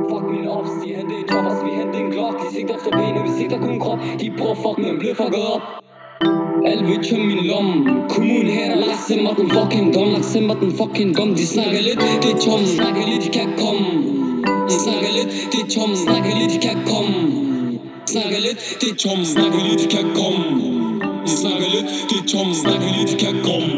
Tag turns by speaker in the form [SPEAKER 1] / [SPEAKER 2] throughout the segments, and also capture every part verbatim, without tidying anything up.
[SPEAKER 1] Fuck min ops, de hente en job, vi hente en Glock. De sigter efter benet, vi sigter kun krop. De prøver fuck, men blev fucket op. Alle vil tømme min lomme. Kommunen her, lad se mig den fucking dom. Lad se mig den fucking dom. De snakker lidt, det er tom. Snakker lidt, de kan komme. Snakker lidt, det er tom. Snakker lidt, de kan komme. Snakker lidt, det er tom. Snakker lidt, de kan komme. Snakker lidt, det er tom. Snakker lidt, de kan komme.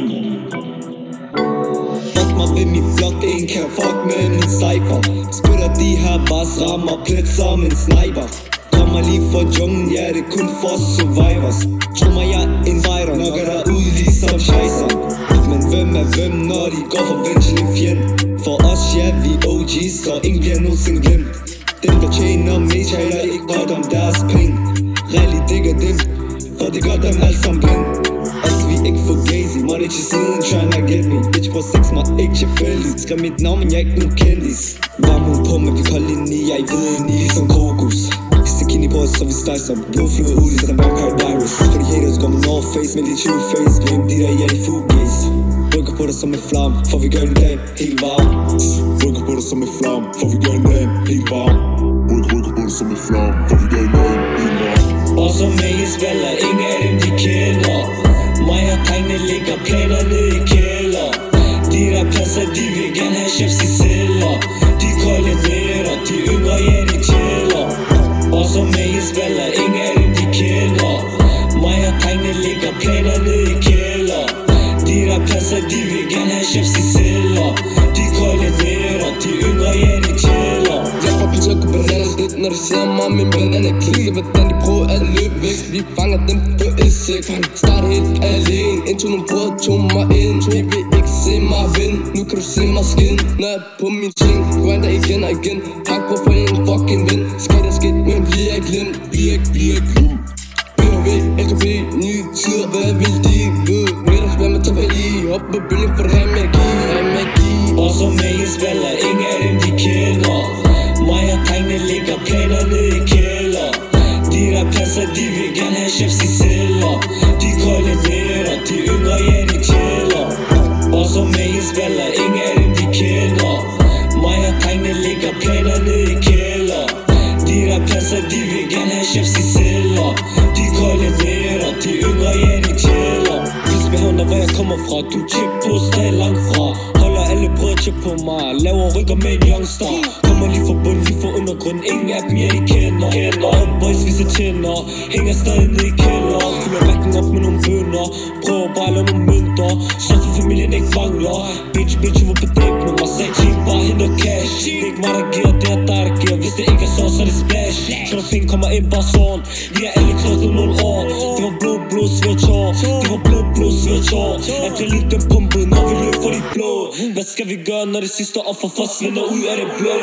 [SPEAKER 2] Fuck mig ved min blok, en kan fuck med min cypher. Spytter de her bars, rammer plet som en sniper. Kommer lige fra junglen, ja det er kun for survivors. Tro mig jeg er en fighter, nok er der ud ligesom scheißer. Men hvem er hvem, når de går for ven til en fjend? For os ja, vi O G's, så ingen bliver nogensinde glemt. Dem der tjener mest, taler ikke godt om deres penge. Rally digger dem, for det gør dem alle sammen blind. Altså vi ikke for gazy, money til siden, tryna get me. Bitch på sex mig ikke tilfældigt. Skriv mit navn, men jeg er ikke nogen kendis. Varm ud på, men vi kan holde ind i, jeg er i viden i som krokus. Stikini på os, så vi stejser. Blodflyder ud, ligesom vampire virus. For de haters går med North Face, men de er true face. Glem de der, ja de fugays. Rykker på dig som en flam, for vi gør en dag helt varm.
[SPEAKER 3] Rykker på dig som en flam, for vi gør en dag helt varm. Rykker, rykker på dig som en flam, for vi gør en dag helt varm.
[SPEAKER 2] Og så med i spiller, ingen af dem de kender. Mig og drengene ligger planer ned i kælder. De der pladser, de vil gerne have chefs i celler. De kolde nætter, de yngre, ja de chiller. Og så med i spiller, ingen af dem de kender. Mig og drengene ligger planer ned i kælder. De der pladser, de vil gerne have chefs i celler. De kolde nætter, de yngre, ja de chiller.
[SPEAKER 1] Jeg får piger gå bananas lidt, når de ser mig med banana kliks. Og hvordan de prøver at løbe væk, vi fanger dem på et sæk. Start helt alene, indtil nogle brød tog mig ind. De vil ikke se mig vinde, nu kan du se mig skin. Når jeg er på min ting, grinder igen og igen. Hak på for en fucking ven. Skidt er skidt, men bliver ikke glemt. Bliver ikke, bliver ikke glemt. B H V, L K P, nye tider, hvad vil de ikke ved? Ved hvad man tager fat i, op på bølgen for det her magi, her magi.
[SPEAKER 2] Og så med i spiller, ingen af dem de kender. Mig og drengene ligger planer ned i kælder. De der pladser, de vil gerne have chefs i celler. De kolde nætter, de yngre, ja de chiller. Og så med i spiller, ingen af dem de kender. Mig og drengene ligger planer ned i kælder. De der pladser, de vil gerne have chefs i celler. De kolde nætter, de yngre, ja de chiller. Vis mig hånden, hvor jeg kommer fra, du chip på stadig langt fra. Holder alle brød chip på mig, laver rykker med en youngster. Kommer lige fra bunden, lige fra undergrunden, ingen af dem jeg ikke kender. Og boys viser tænder, hænger stadig ned i kælder. Fylder backen op med nogle bønder, prøver bare at lave nogle mønter. Så for familien ikke mangler. Bitch, bitch, hvor på dæk med mig, sag cheap, bare henter cash. Det er ikke mig der giver, det er dig der giver. Hvis det ikke er så, så er det splash. Så når penge kommer ind bare sådan. Vi har alle klokket nogle år. Det var blå, blå, svær tår. Det var blå, blå, svær tår. Adrenalin pumpet, når vi løb for de blå. Hvad skal vi gøre, når det sidste offer forsvinder ud af det blå?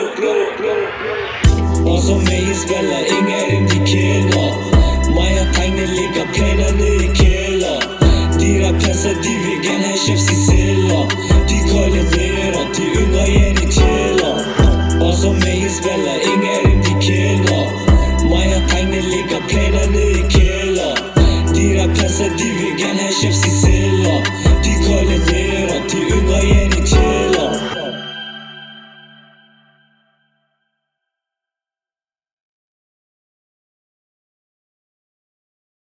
[SPEAKER 2] Og så med i spiller, ingen af dem de kender. Mig og drengene ligger planer ned i kælder. De der pladser, de vil gerne have chefs i celler. De kolde nætter, de yngre, ja de chiller. Og så med i spiller, ingen af dem de kender. Mig og drengene ligger planer ned i kælder. De der pladser, de vil gerne have chefs i